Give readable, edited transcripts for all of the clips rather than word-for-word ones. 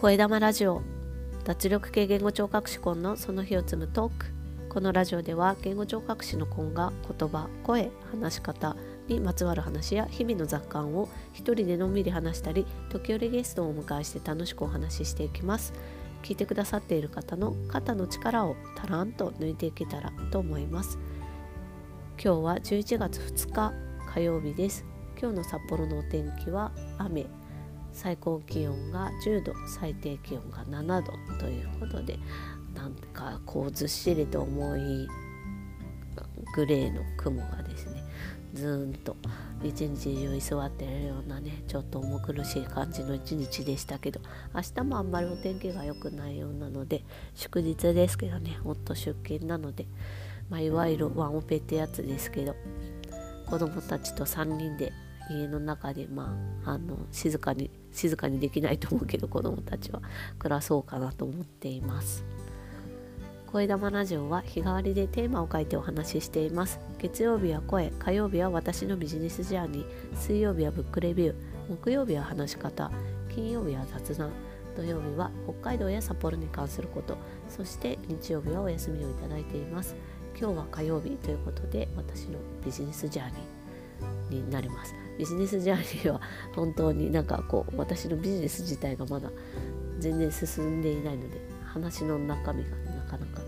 声玉ラジオ、脱力系言語聴覚士コンのその日を積むトーク。このラジオでは言語聴覚士のコンが言葉、声、話し方にまつわる話や日々の雑感を一人でのんびり話したり、時折ゲストをお迎えして楽しくお話ししていきます。聞いてくださっている方の肩の力をたらんと抜いていけたらと思います。今日は11月2日火曜日です。今日の札幌のお天気は雨、最高気温が10度、最低気温が7度ということで、なんかこうずっしりと重いグレーの雲がですね、ずーんと一日中居座っているようなね、ちょっと重苦しい感じの一日でしたけど、明日もあんまりお天気が良くないようなので、祝日ですけどね、夫出勤なので、いわゆるワンオペってやつですけど、子供たちと3人で家の中で静かにできないと思うけど、子供たちは暮らそうかなと思っています。声玉ラジオは日替わりでテーマを書いてお話ししています。月曜日は声、火曜日は私のビジネスジャーニー、水曜日はブックレビュー、木曜日は話し方、金曜日は雑談、土曜日は北海道や札幌に関すること、そして日曜日はお休みをいただいています。今日は火曜日ということで、私のビジネスジャーニーになります。ビジネスジャーニーは本当に私のビジネス自体がまだ全然進んでいないので、話の中身がなかなか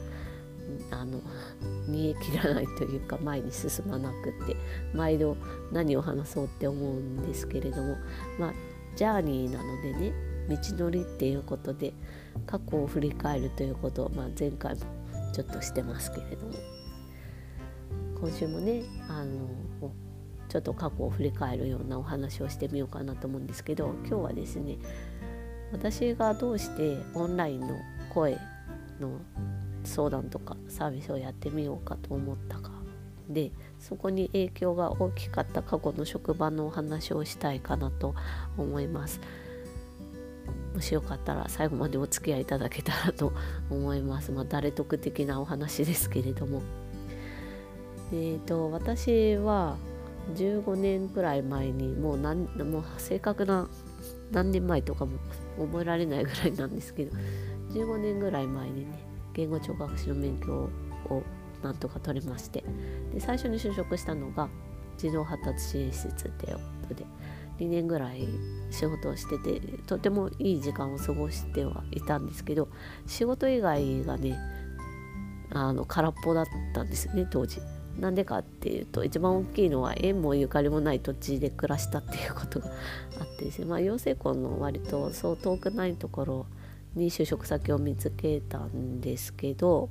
煮え切らないというか、前に進まなくって毎度何を話そうって思うんですけれども、ジャーニーなのでね、道のりっていうことで過去を振り返るということを、前回もちょっとしてますけれども、今週もねちょっと過去を振り返るようなお話をしてみようかなと思うんですけど、今日はですね、私がどうしてオンラインの声の相談とかサービスをやってみようかと思ったかで、そこに影響が大きかった過去の職場のお話をしたいかなと思います。もしよかったら最後までお付き合いいただけたらと思います。誰得的なお話ですけれども、私は15年くらい前にもう正確な何年前とかも覚えられないぐらいなんですけど、15年ぐらい前にね、言語聴覚士の免許をなんとか取れまして、で最初に就職したのが児童発達支援施設っていうことで、2年ぐらい仕事をしてて、とてもいい時間を過ごしてはいたんですけど、仕事以外がね空っぽだったんですよね、当時。なんでかっていうと、一番大きいのは縁もゆかりもない土地で暮らしたっていうことがあってですね、養成校の割とそう遠くないところに就職先を見つけたんですけど、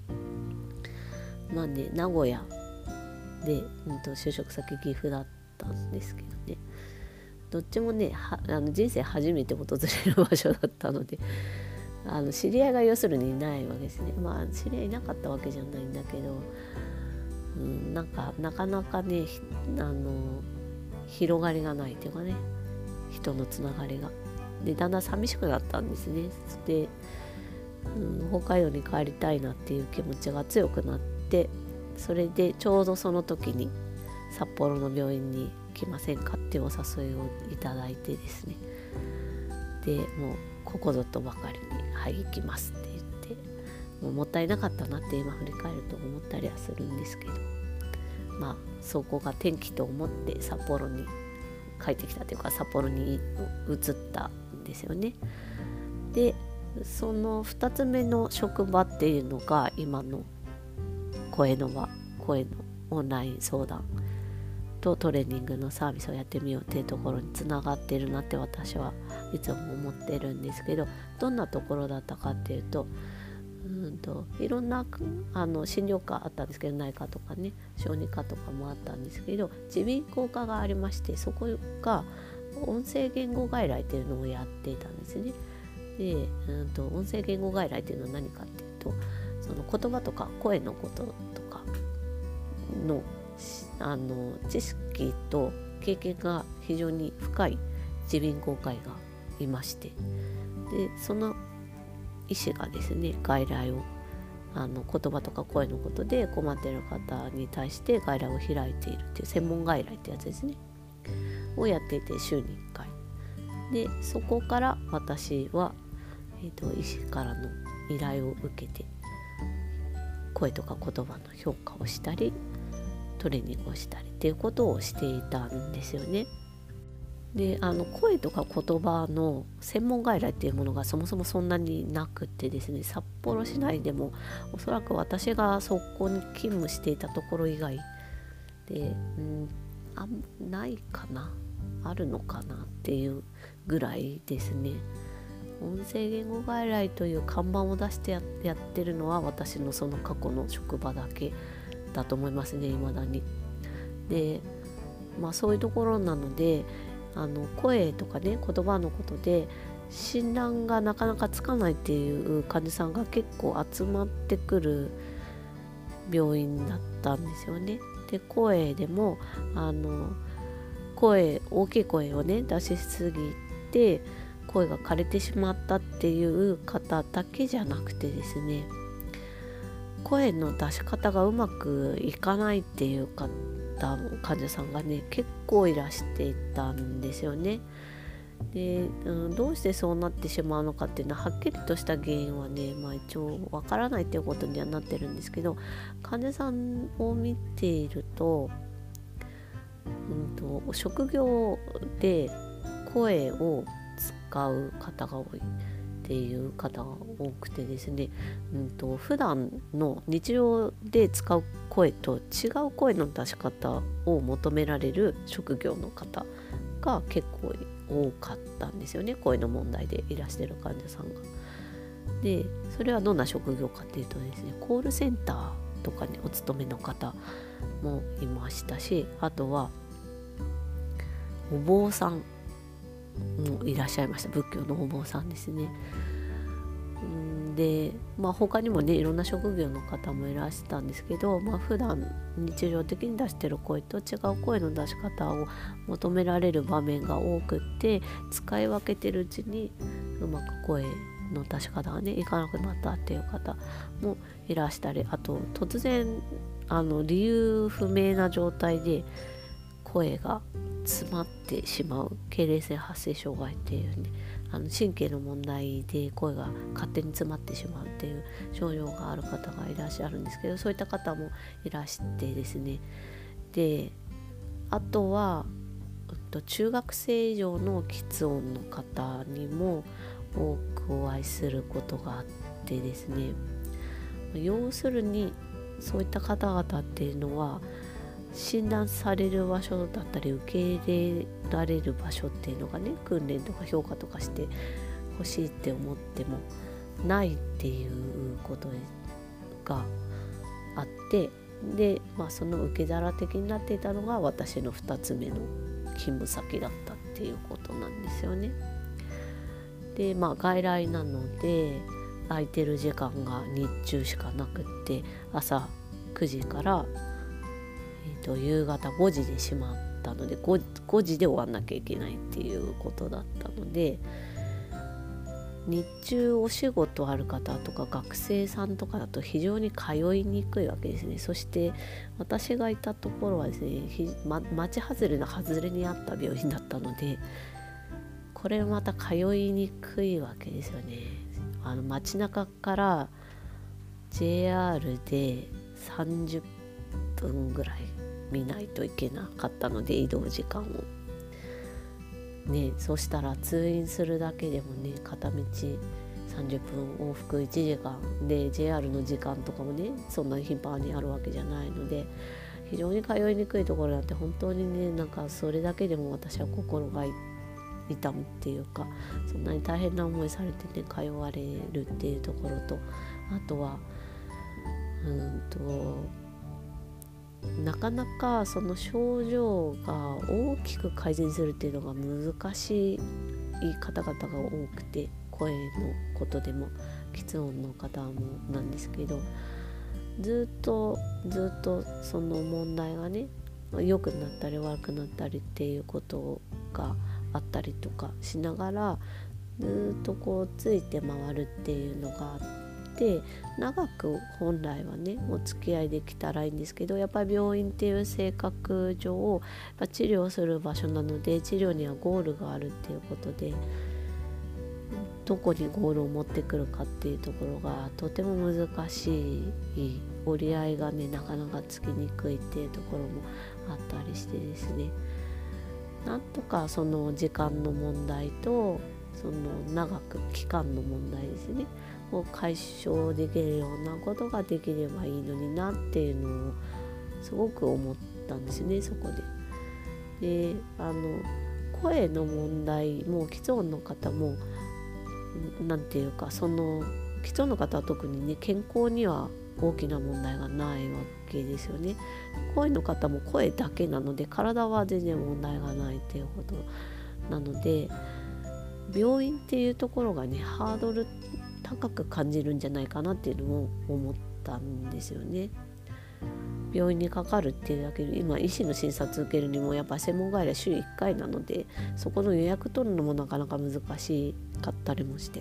名古屋で、就職先岐阜だったんですけどね、どっちもね人生初めて訪れる場所だったので、知り合いが要するにいないわけですね。知り合いいなかったわけじゃないんだけど、なかなかね広がりがないというかね、人のつながりがでだんだん寂しくなったんですね。で、北海道に帰りたいなっていう気持ちが強くなって、それでちょうどその時に札幌の病院に来ませんかっていうお誘いをいただいてですね、でもうここぞとばかりにはい行きますって言って、もったいなかったなって今振り返ると思ったりはするんですけど、そこが転機と思って札幌に帰ってきたというか、札幌に移ったんですよね。でその2つ目の職場っていうのが今の声のオンライン相談とトレーニングのサービスをやってみようっていうところにつながってるなって私はいつも思ってるんですけど、どんなところだったかっていうと、いろんな診療科あったんですけど、内科とかね、小児科とかもあったんですけど、耳鼻咽喉科がありまして、そこが音声言語外来っていうのをやっていたんですね。で、音声言語外来っていうのは何かっていうと、その言葉とか声のこととかの知識と経験が非常に深い耳鼻咽喉科医がいまして、でその医師がですね、外来を言葉とか声のことで困っている方に対して外来を開いているっていう専門外来ってやつですねをやっていて、週に1回で、そこから私は医師からの依頼を受けて声とか言葉の評価をしたりトレーニングをしたりっていうことをしていたんですよね。で声とか言葉の専門外来っていうものがそもそもそんなになくてですね、札幌市内でもおそらく私がそこに勤務していたところ以外で、ないかな、あるのかなっていうぐらいですね。音声言語外来という看板を出してやってるのは私のその過去の職場だけだと思いますね、未だに。でそういうところなので声とかね言葉のことで診断がなかなかつかないっていう患者さんが結構集まってくる病院だったんですよね。で声でも大きい声をね出しすぎて声が枯れてしまったっていう方だけじゃなくてですね、声の出し方がうまくいかないっていう患者さんがね結構いらしていたんですよね。で、どうしてそうなってしまうのかっていうのははっきりとした原因はね、一応わからないっていうことにはなってるんですけど、患者さんを見ていると、職業で声を使う方が多いっていう方が多くてですね、普段の日常で使う声と違う声の出し方を求められる職業の方が結構多かったんですよね、声の問題でいらしてる患者さんが。でそれはどんな職業かっていうとですね、コールセンターとかにお勤めの方もいましたし、あとはお坊さんもいらっしゃいました。仏教のお坊さんですね。で他にもねいろんな職業の方もいらしたんですけど、普段日常的に出してる声と違う声の出し方を求められる場面が多くって、使い分けてるうちにうまく声の出し方がねいかなくなったっていう方もいらしたり、あと突然理由不明な状態で声が詰まってしまう痙攣性発声障害っていうね、神経の問題で声が勝手に詰まってしまうっていう症状がある方がいらっしゃるんですけど、そういった方もいらしてですね。であとは中学生以上の喫音の方にも多くお会いすることがあってですね、要するにそういった方々っていうのは診断される場所だったり受け入れられる場所っていうのがね、訓練とか評価とかしてほしいって思ってもないっていうことがあって、で、その受け皿的になっていたのが私の2つ目の勤務先だったっていうことなんですよね。で外来なので空いてる時間が日中しかなくって、朝9時から夕方5時でしまったので 5時で終わんなきゃいけないっていうことだったので、日中お仕事ある方とか学生さんとかだと非常に通いにくいわけですね。そして私がいたところはですね、町外れの外れにあった病院だったので、これまた通いにくいわけですよね。街中から JR で30分ぐらい見ないといけなかったので、移動時間をね、そしたら通院するだけでもね片道30分往復1時間で JR の時間とかもねそんなに頻繁にあるわけじゃないので、非常に通いにくいところなんて本当にね、それだけでも私は心が痛むっていうか、そんなに大変な思いされてね通われるっていうところと、あとはなかなかその症状が大きく改善するっていうのが難しい方々が多くて、声のことでも喫音の方もなんですけど、ずっとその問題がね良くなったり悪くなったりっていうことがあったりとかしながら、ずっとついて回るっていうのがあって、長く本来はねお付き合いできたらいいんですけど、やっぱり病院っていう性格上治療する場所なので、治療にはゴールがあるっていうことで、 どこにゴールを持ってくるかっていうところがとても難しい、折り合いがねなかなかつきにくいっていうところもあったりしてですね、なんとかその時間の問題とその長く期間の問題ですねを解消できるようなことができればいいのになっていうのをすごく思ったんですね、そこで。で、声の問題も既音の方もなんていうか、その既音の方は特にね健康には大きな問題がないわけですよね。声の方も声だけなので体は全然問題がないっていうことなので、病院っていうところがねハードル高く感じるんじゃないかなっていうのも思ったんですよね。病院にかかるっていうだけで、今医師の診察受けるにもやっぱ専門外来週1回なので、そこの予約取るのもなかなか難しかったりもして、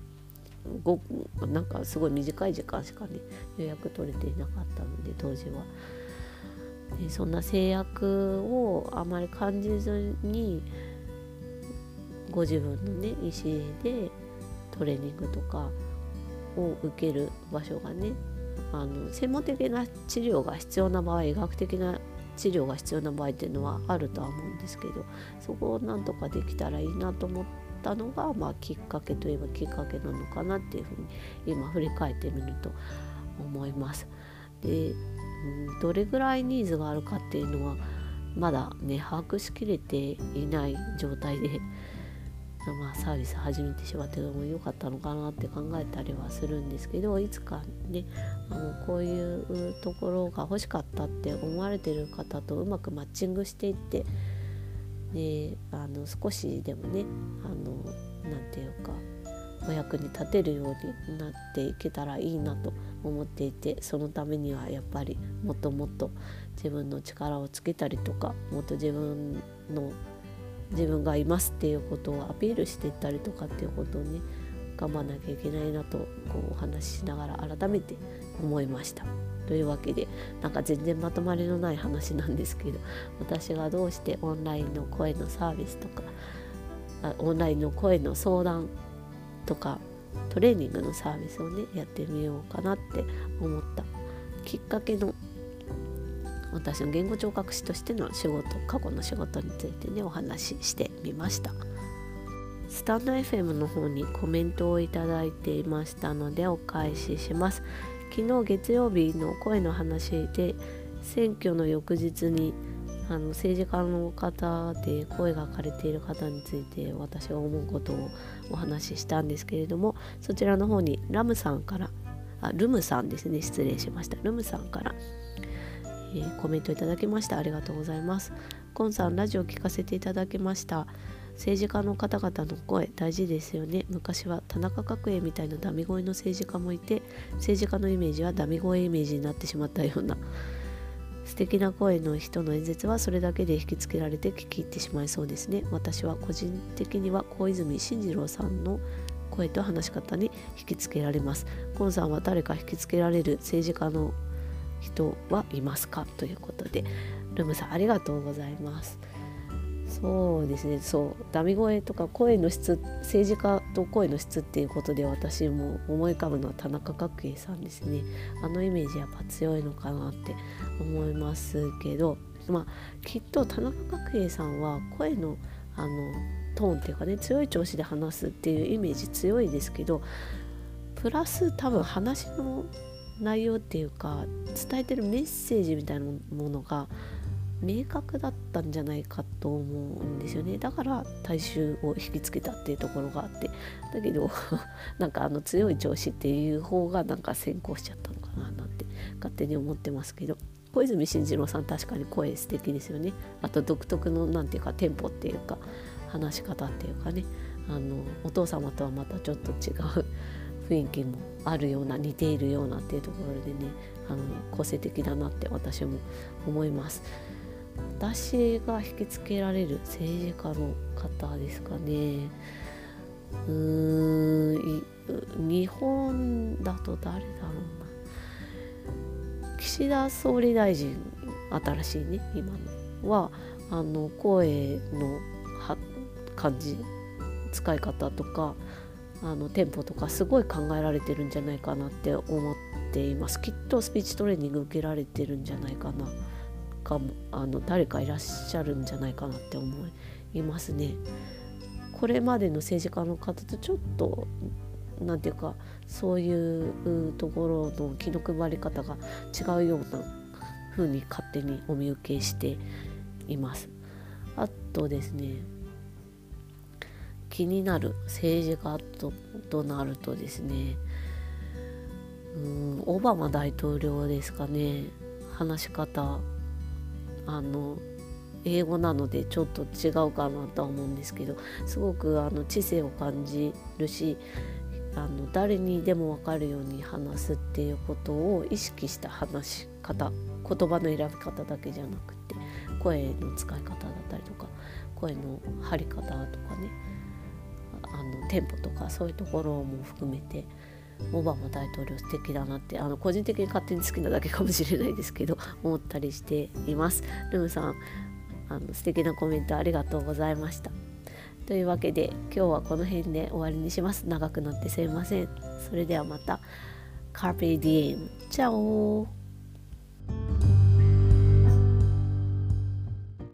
なんかすごい短い時間しかね予約取れていなかったので当時は。でそんな制約をあまり感じずにご自分のね意思でトレーニングとかを受ける場所がね、専門的な治療が必要な場合、医学的な治療が必要な場合っていうのはあるとは思うんですけど、そこをなんとかできたらいいなと思ったのが、きっかけといえばきっかけなのかなっていうふうに今振り返ってみると思います。で、どれぐらいニーズがあるかっていうのはまだね把握しきれていない状態で、サービス始めてしまってもよかったのかなって考えたりはするんですけど、いつかねこういうところが欲しかったって思われてる方とうまくマッチングしていって、で少しでもねなんていうかお役に立てるようになっていけたらいいなと思っていて、そのためにはやっぱりもっともっと自分の力をつけたりとか、もっと自分がいますっていうことをアピールしていったりとかっていうことをね頑張らなきゃいけないなとお話ししながら改めて思いました。というわけでなんか全然まとまりのない話なんですけど、私がどうしてオンラインの声のサービスとかオンラインの声の相談とかトレーニングのサービスをねやってみようかなって思ったきっかけの、私の言語聴覚士としての仕事、過去の仕事についてねお話ししてみました。スタンド FM の方にコメントをいただいていましたのでお返しします。昨日月曜日の声の話で、選挙の翌日に政治家の方で声が枯れている方について私が思うことをお話ししたんですけれども、そちらの方にルムさんですね、失礼しました。ルムさんから、コメントいただきました。ありがとうございます。コンさん、ラジオ聞かせていただきました。政治家の方々の声大事ですよね。昔は田中角栄みたいなダミ声の政治家もいて、政治家のイメージはダミ声イメージになってしまったような、素敵な声の人の演説はそれだけで引きつけられて聞き入ってしまいそうですね。私は個人的には小泉進次郎さんの声と話し方に引きつけられます。コンさんは誰か引きつけられる政治家の人はいますか、ということで、ルムさんありがとうございます。そうですね、ダミ声とか声の質、政治家と声の質っていうことで私も思い浮かぶのは田中角栄さんですね。あのイメージやっぱ強いのかなって思いますけど、きっと田中角栄さんは声のトーンっていうかね、強い調子で話すっていうイメージ強いですけど、プラス多分話の内容っていうか伝えてるメッセージみたいなものが明確だったんじゃないかと思うんですよね。だから大衆を引きつけたっていうところがあって、だけどなんか強い調子っていう方がなんか先行しちゃったのかななんて勝手に思ってますけど、小泉進次郎さん確かに声素敵ですよね。あと独特のなんていうかテンポっていうか話し方っていうかね、お父様とはまたちょっと違う雰囲気もあるような、似ているようなっていうところでね、個性的だなって私も思います。私が引きつけられる政治家の方ですかね。日本だと誰だろうな。岸田総理大臣、新しいね今のは声の感じ、使い方とかテンポとかすごい考えられてるんじゃないかなって思っています。きっとスピーチトレーニング受けられてるんじゃないかなかも、誰かいらっしゃるんじゃないかなって思いますね。これまでの政治家の方とちょっとなんていうか、そういうところの気の配り方が違うような風に勝手にお見受けしています。あとですね、気になる政治家となるとですね、オバマ大統領ですかね。話し方英語なのでちょっと違うかなとは思うんですけど、すごく知性を感じるし、誰にでも分かるように話すっていうことを意識した話し方、言葉の選び方だけじゃなくて声の使い方だったりとか、声の張り方とかね、テンポとかそういうところも含めてオバマ大統領素敵だなって、個人的に勝手に好きなだけかもしれないですけど思ったりしています。ルムさん、素敵なコメントありがとうございました。というわけで今日はこの辺で終わりにします。長くなってすいません。それではまた。カーペディエム。チャオ。